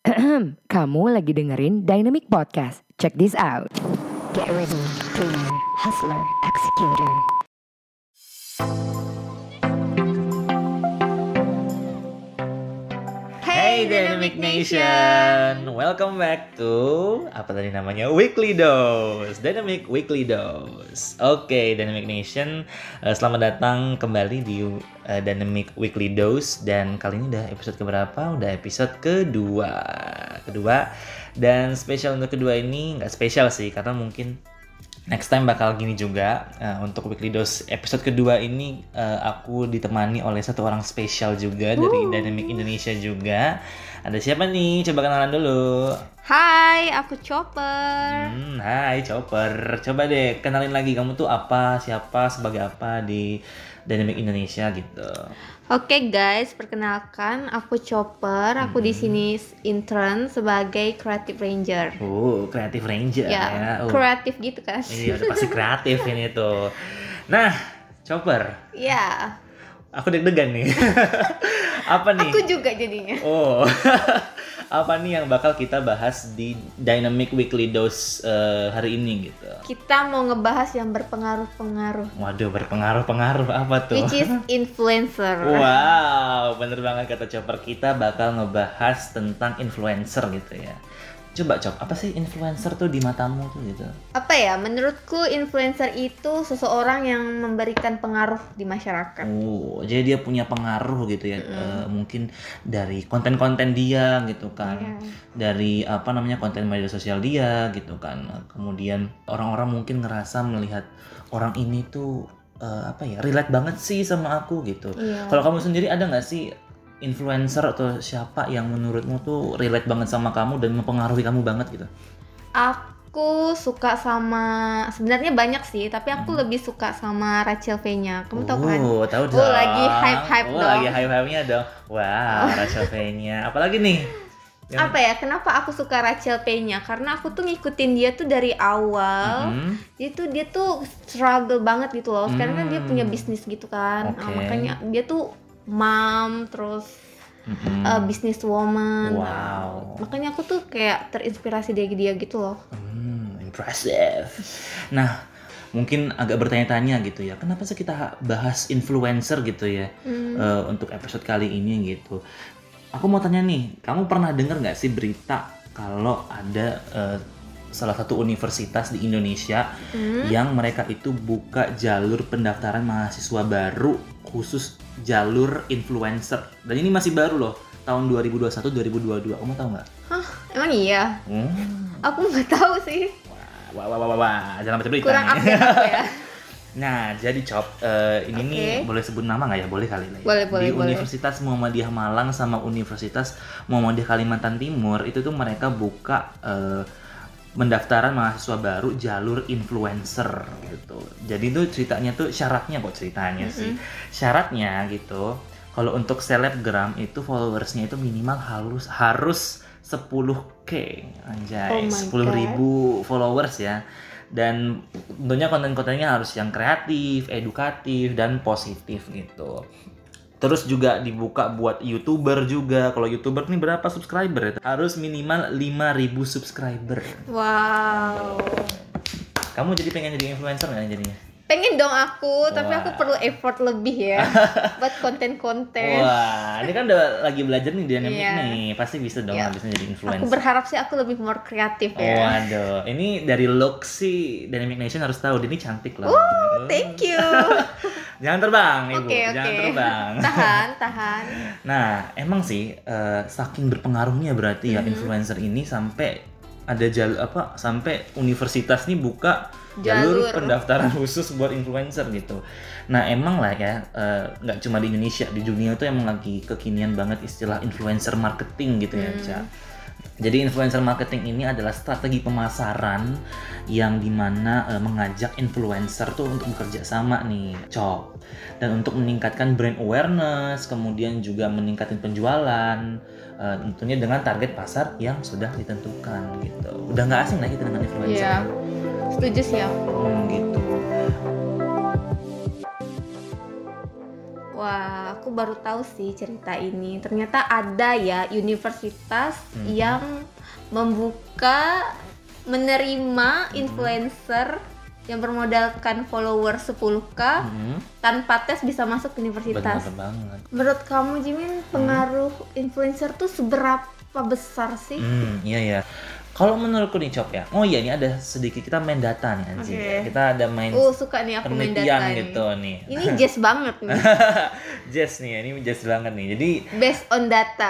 Kamu lagi dengerin Dynamic Podcast. Check this out. Get ready, dreamer, hustler, executor. Hey Dynamic Nation, welcome back to apa tadi namanya, Weekly Dose, Dynamic Weekly Dose. Oke, Dynamic Nation, selamat datang kembali di Dynamic Weekly Dose. Dan kali ini udah episode keberapa? Udah episode kedua. Dan spesial untuk kedua ini nggak spesial sih, karena mungkin next time bakal gini juga. Untuk Weekly Dose episode kedua ini aku ditemani oleh satu orang spesial juga dari Dynamic Indonesia juga. Ada siapa nih? Coba kenalan dulu. Hai, aku Chopper. Hai Chopper. Coba deh kenalin lagi, kamu tuh apa, siapa, sebagai apa di Dynamic Indonesia gitu. Oke guys, perkenalkan aku Chopper. Aku di sini intern sebagai Creative Ranger. Creative Ranger ya. Kreatif gitu kan? Iya, udah pasti kreatif ini tuh. Nah, Chopper. Ya. Aku deg-degan nih. Apa nih? Aku juga jadinya. Apa nih yang bakal kita bahas di Dynamic Weekly Dose hari ini gitu? Kita mau ngebahas yang berpengaruh-pengaruh. Waduh, berpengaruh-pengaruh apa tuh? Which is influencer. Wow, bener banget kata Chopper. Kita bakal ngebahas tentang influencer gitu ya. Coba Cop, apa sih influencer tuh di matamu tuh gitu? Apa ya, menurutku influencer itu seseorang yang memberikan pengaruh di masyarakat. Jadi dia punya pengaruh gitu ya. Mungkin dari konten-konten dia gitu kan. Dari konten media sosial dia gitu kan. Kemudian orang-orang mungkin ngerasa melihat orang ini tuh relate banget sih sama aku gitu. Kalau kamu sendiri ada nggak sih influencer atau siapa yang menurutmu tuh relate banget sama kamu dan mempengaruhi kamu banget gitu? Aku suka sama, sebenarnya banyak sih, tapi aku lebih suka sama Rachel V-nya. Kamu tahu kan? Tahu dong. Lagi hype dong. Lagi hype-nya dong. Wow, Rachel V-nya. Apalagi nih? Kenapa aku suka Rachel V-nya? Karena aku tuh ngikutin dia tuh dari awal. Dia tuh struggle banget gitu loh. Sekarang kan dia punya bisnis gitu kan. Makanya dia tuh mom, terus businesswoman. Wow. Makanya aku tuh kayak terinspirasi dari dia gitu loh. Impressive. Nah, mungkin agak bertanya-tanya gitu ya, kenapa sih kita bahas influencer gitu ya untuk episode kali ini gitu. Aku mau tanya nih, kamu pernah dengar nggak sih berita kalau ada salah satu universitas di Indonesia yang mereka itu buka jalur pendaftaran mahasiswa baru khusus jalur influencer. Dan ini masih baru loh, tahun 2021-2022. Kamu tahu nggak? Hah? Emang iya? Aku nggak tahu sih. Wah, jangan baca berita. Kurang update aku ya. Nah, jadi Cop, ini nih boleh sebut nama nggak ya? Boleh kali lah ya? Boleh. Universitas Muhammadiyah Malang sama Universitas Muhammadiyah Kalimantan Timur, itu tuh mereka buka pendaftaran mahasiswa baru jalur influencer gitu. Jadi tuh ceritanya tuh syaratnya sih. Syaratnya gitu, kalau untuk selebgram itu followersnya itu minimal harus 10k, anjay, 10.000 followers ya. Dan tentunya konten-kontennya harus yang kreatif, edukatif, dan positif gitu. Terus juga dibuka buat YouTuber juga. Kalau YouTuber nih berapa subscriber ya? Harus minimal 5.000 subscriber. Wow. Kamu jadi pengen jadi influencer nggak jadinya? Pengen dong aku, tapi aku perlu effort lebih ya buat konten-konten. Wah, ini kan udah lagi belajar nih Dynamic nih. Pasti bisa dong habisnya jadi influencer. Aku berharap sih aku lebih more kreatif ya. Waduh, ini dari look sih Dynamic Nation harus tahu, dia ini cantik loh. Thank you. Jangan terbang, Ibu. Oke. Jangan terbang. Tahan. Nah, emang sih saking berpengaruhnya berarti ya influencer ini sampai ada sampai universitas nih buka jalur pendaftaran khusus buat influencer gitu. Nah, emang lah ya, nggak cuma di Indonesia, di dunia itu emang lagi kekinian banget istilah influencer marketing gitu ya, Ca. Jadi influencer marketing ini adalah strategi pemasaran yang dimana mengajak influencer tuh untuk bekerja sama nih, Cok. Dan untuk meningkatkan brand awareness, kemudian juga meningkatkan penjualan, tentunya dengan target pasar yang sudah ditentukan gitu. Udah nggak asing lah kita dengan influencer. Iya, setuju sih aku. Gitu. Wah, aku baru tahu sih cerita ini. Ternyata ada ya universitas yang menerima influencer yang bermodalkan follower 10k tanpa tes bisa masuk universitas. Benar banget. Menurut kamu Jimin, pengaruh influencer tuh seberapa besar sih? Iya ya. Kalau menurutku nih Cop ya. Oh iya, ini ada sedikit kita main data nih anjing. Oke. Kita ada main Suka nih aku main penelitian data gitu nih. Ini jazz banget nih. Jazz nih, ini jazz banget nih. Jadi Based on data.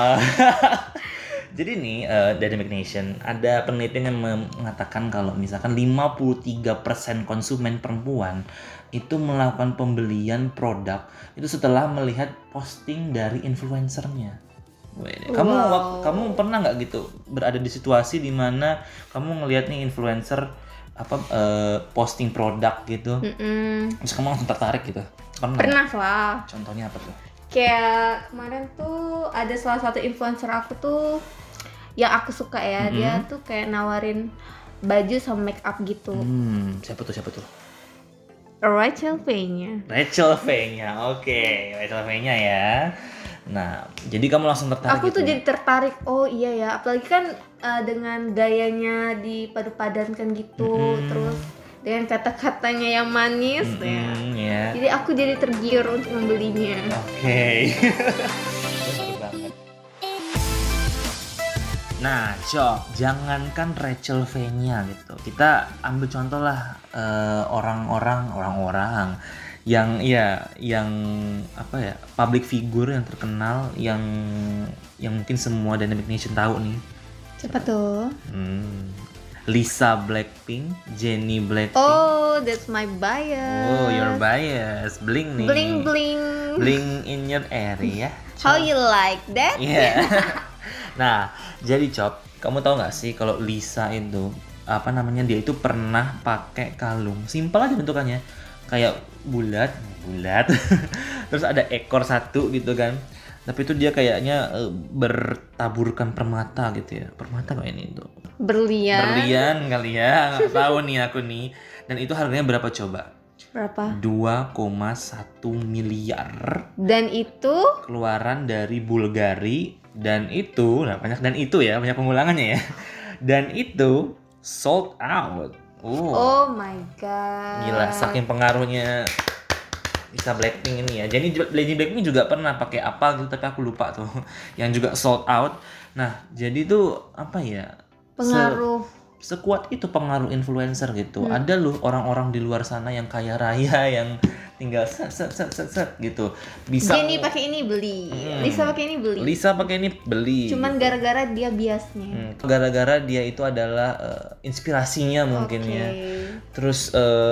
jadi nih Dynamic Nation ada penelitian yang mengatakan kalau misalkan 53% konsumen perempuan itu melakukan pembelian produk itu setelah melihat posting dari influencernya. Kamu pernah nggak gitu berada di situasi di mana kamu ngelihat nih influencer posting produk gitu, terus kamu langsung tertarik gitu? Pernah lah. Contohnya apa tuh? Kayak kemarin tuh ada salah satu influencer aku tuh yang aku suka ya, dia tuh kayak nawarin baju sama make up gitu. Siapa tuh? Rachel V-nya. Oke, Rachel V-nya ya. Nah, jadi kamu langsung tertarik. Aku tuh jadi tertarik. Oh iya ya, apalagi kan dengan gayanya dipadu-padankan gitu, terus dengan kata-katanya yang manis ya. Yeah. Jadi aku jadi tergiur untuk membelinya. Oke. Betul banget. Nah, Cok, jangankan Rachel V-nya gitu. Kita ambil contoh lah orang-orang yang public figure yang terkenal yang mungkin semua Dynamic Nation tahu nih. Siapa tuh? Lisa Blackpink, Jennie Blackpink. Oh, that's my bias. Oh, your bias. Bling nih. Bling in your area. How you like that? Yeah. Nah, jadi Cop, kamu tahu nggak sih kalau Lisa itu dia itu pernah pakai kalung. Simpel aja bentukannya. Kayak bulat terus ada ekor satu gitu kan, tapi itu dia kayaknya bertaburkan permata gitu ya. Permata kok ini tuh berlian kali ya, nggak tahu nih aku nih. Dan itu harganya berapa coba? Berapa? 2,1 miliar. Dan itu keluaran dari Bulgari. Dan itu banyak pengulangannya ya. Dan itu sold out. Oh my god. Gila, saking pengaruhnya Lisa Blackpink ini ya. Jadi Lady Blackpink juga pernah pakai apa gitu, tapi aku lupa tuh. Yang juga sold out. Nah, jadi tuh pengaruh sekuat itu pengaruh influencer gitu. Ada loh orang-orang di luar sana yang kaya raya yang tinggal set gitu. Bisa Jennie pakai ini beli. Lisa pakai ini beli. Cuman gitu. Gara-gara dia biasnya. Gara-gara dia itu adalah inspirasinya mungkin ya. Terus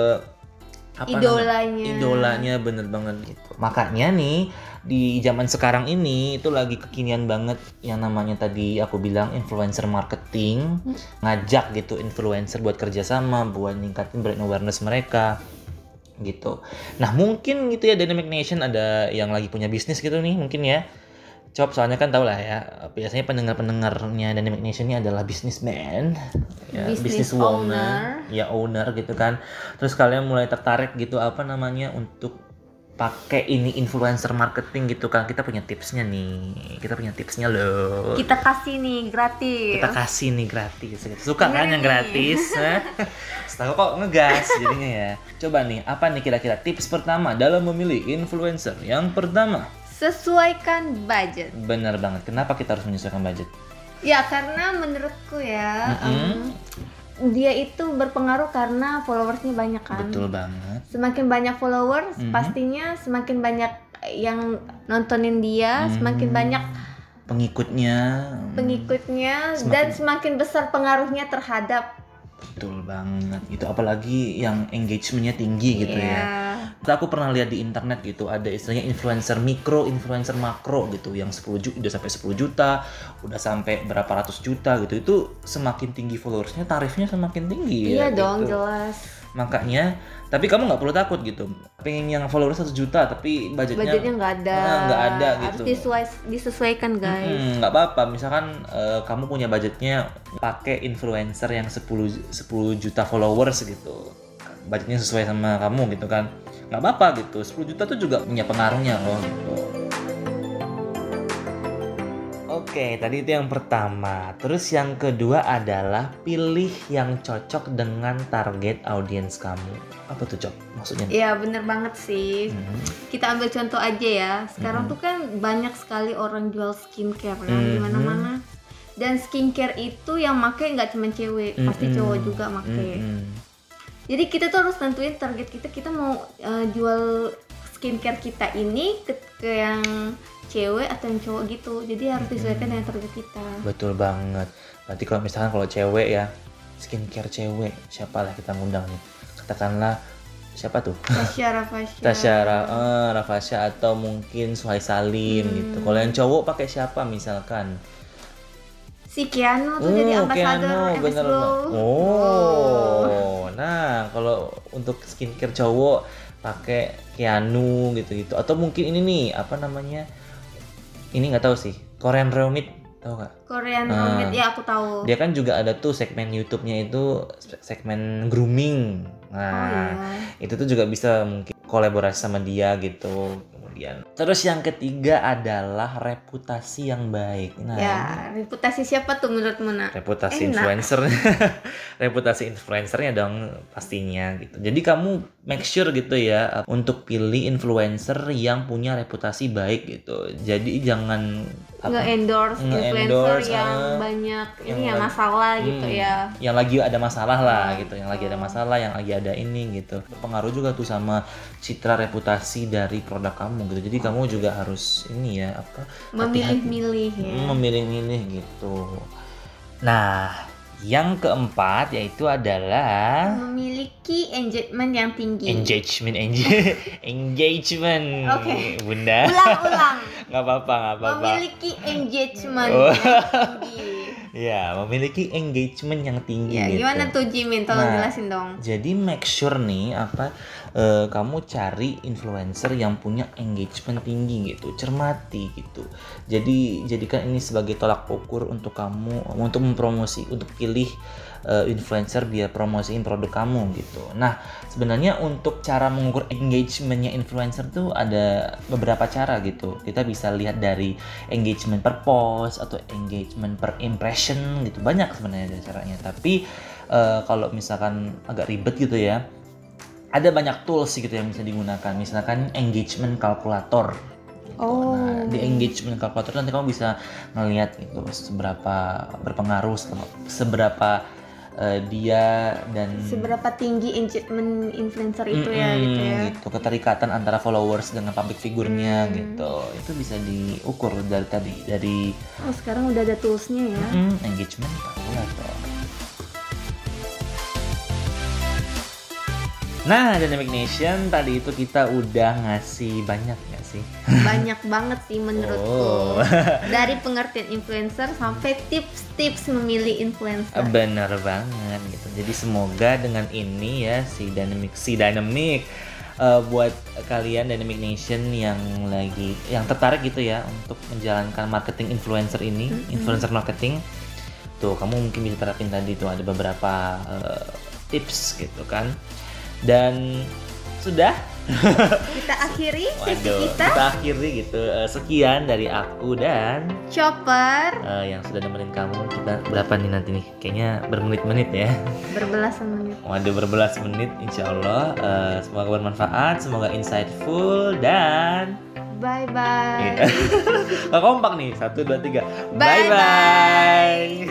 idolanya bener banget gitu. Makanya nih di zaman sekarang ini itu lagi kekinian banget yang namanya tadi aku bilang influencer marketing, ngajak gitu influencer buat kerjasama buat ningkatin brand awareness mereka gitu. Nah mungkin gitu ya Dynamic Nation ada yang lagi punya bisnis gitu nih mungkin ya. Cop, soalnya kan tau lah ya, biasanya pendengar-pendengarnya Dynamic Nation ini adalah businessman, ya, business woman, ya owner gitu kan. Terus kalian mulai tertarik gitu untuk pakai ini influencer marketing gitu kan. Kita punya tipsnya loh. Kita kasih nih gratis. Suka kan yang gratis? Setahu kok ngegas jadinya ya. Coba nih, apa nih kira-kira tips pertama dalam memilih influencer? Yang pertama, sesuaikan budget. Benar banget. Kenapa kita harus menyesuaikan budget? Ya karena menurutku ya dia itu berpengaruh karena followersnya banyak kan. Betul banget. Semakin banyak followers pastinya semakin banyak yang nontonin dia, semakin banyak pengikutnya dan semakin besar pengaruhnya terhadap. Betul banget. Itu apalagi yang engagementnya tinggi gitu ya. Aku pernah lihat di internet gitu ada istilahnya influencer mikro, influencer makro gitu yang 10 juta, udah sampai 10 juta, udah sampai berapa ratus juta gitu. Itu semakin tinggi followersnya tarifnya semakin tinggi. Iya ya, dong gitu. Jelas. Makanya, tapi kamu nggak perlu takut gitu. Pengen yang followers 1 juta tapi budgetnya nggak ada. Nggak ada gitu. Harus disesuaikan guys. Nggak apa-apa. Misalkan kamu punya budgetnya pakai influencer yang 10 juta followers gitu. budgetnya sesuai sama kamu gitu kan, nggak apa-apa gitu. 10 juta tuh juga punya pengaruhnya loh gitu. Oke, tadi itu yang pertama. Terus yang kedua adalah pilih yang cocok dengan target audiens kamu. Apa tuh, Cok? Maksudnya? Iya, bener banget sih. Kita ambil contoh aja ya. Sekarang tuh kan banyak sekali orang jual skincare kan di mana-mana. Dan skincare itu yang make nggak cuma cewek, pasti cowok juga make. Jadi kita tuh harus tentuin target kita mau jual skincare kita ini ke yang cewek atau yang cowok gitu. Jadi harus disesuaikan dengan target kita. Betul banget. Berarti kalau misalkan kalau cewek ya, skincare cewek, siapalah kita ngundang nih? Katakanlah siapa tuh? Tasya Rafasya atau mungkin Suhai Salim gitu. Kalau yang cowok pakai siapa misalkan? Si Keanu tuh jadi ambasador MS Glow. Nah kalau untuk skincare cowok pakai Keanu gitu-gitu. Atau mungkin ini nih, apa namanya? Ini nggak tahu sih, Korean Remit, tahu nggak? Korean Remit, ya aku tahu. Dia kan juga ada tuh segmen YouTube-nya itu segmen grooming. Nah, itu tuh juga bisa mungkin kolaborasi sama dia gitu. Kemudian terus yang ketiga adalah reputasi yang baik. Nah, ya, reputasi siapa tuh menurutmu, Nak? reputasi influencer. Reputasi influencernya dong pastinya gitu. Jadi kamu make sure gitu ya untuk pilih influencer yang punya reputasi baik gitu. Jadi jangan nge-endorse influencer yang banyak ini ya masalah gitu ya. Yang lagi ada masalah lah gitu, yang lagi ada masalah, yang lagi ada ini gitu. Berpengaruh juga tuh sama citra reputasi dari produk kamu gitu. Jadi kamu juga harus ini ya memilih-milih ya. Memilih-milih gitu. Nah, yang keempat yaitu adalah memiliki engagement yang tinggi. Engagement. Oke. Bunda. Ulang. Nggak apa-apa. Memiliki engagement yang tinggi. Ya, memiliki engagement yang tinggi ya, gitu. Gimana tuh Jimin? Tolong jelasin dong. Jadi make sure nih kamu cari influencer yang punya engagement tinggi gitu, cermati gitu. Jadi jadikan ini sebagai tolak ukur untuk kamu untuk pilih influencer biar promosiin produk kamu gitu. Nah, sebenarnya untuk cara mengukur engagementnya influencer tuh ada beberapa cara gitu. Kita bisa lihat dari engagement per post atau engagement per impression gitu. Banyak sebenarnya caranya. Tapi kalau misalkan agak ribet gitu ya, ada banyak tools gitu yang bisa digunakan. Misalkan engagement calculator. Nah, di engagement calculator nanti kamu bisa ngelihat gitu seberapa berpengaruh, seberapa dia dan seberapa tinggi engagement influencer itu ya gitu ya. Gitu, keterikatan antara followers dengan public figurnya gitu. Itu bisa diukur dari sekarang udah ada toolsnya ya. Engagement calculator. Nah, Dynamic Nation tadi itu kita udah ngasih banyak nggak sih? Banyak banget sih menurutku. Dari pengertian influencer sampai tips-tips memilih influencer. Bener banget gitu. Jadi semoga dengan ini ya si Dynamic buat kalian Dynamic Nation yang tertarik gitu ya untuk menjalankan marketing influencer ini, influencer marketing. Tuh, kamu mungkin bisa terapin tadi tuh ada beberapa tips gitu kan. Dan sudah kita akhiri sesi kita akhiri gitu. Sekian dari aku dan Chopper yang sudah nemenin kamu. Kita berapa nih nanti nih? Kayaknya bermenit-menit ya. Berbelasan menit. Waduh, berbelas menit insyaallah. Semoga bermanfaat, semoga insightful dan bye-bye. Kompak nih, 1, 2, 3. Bye-bye.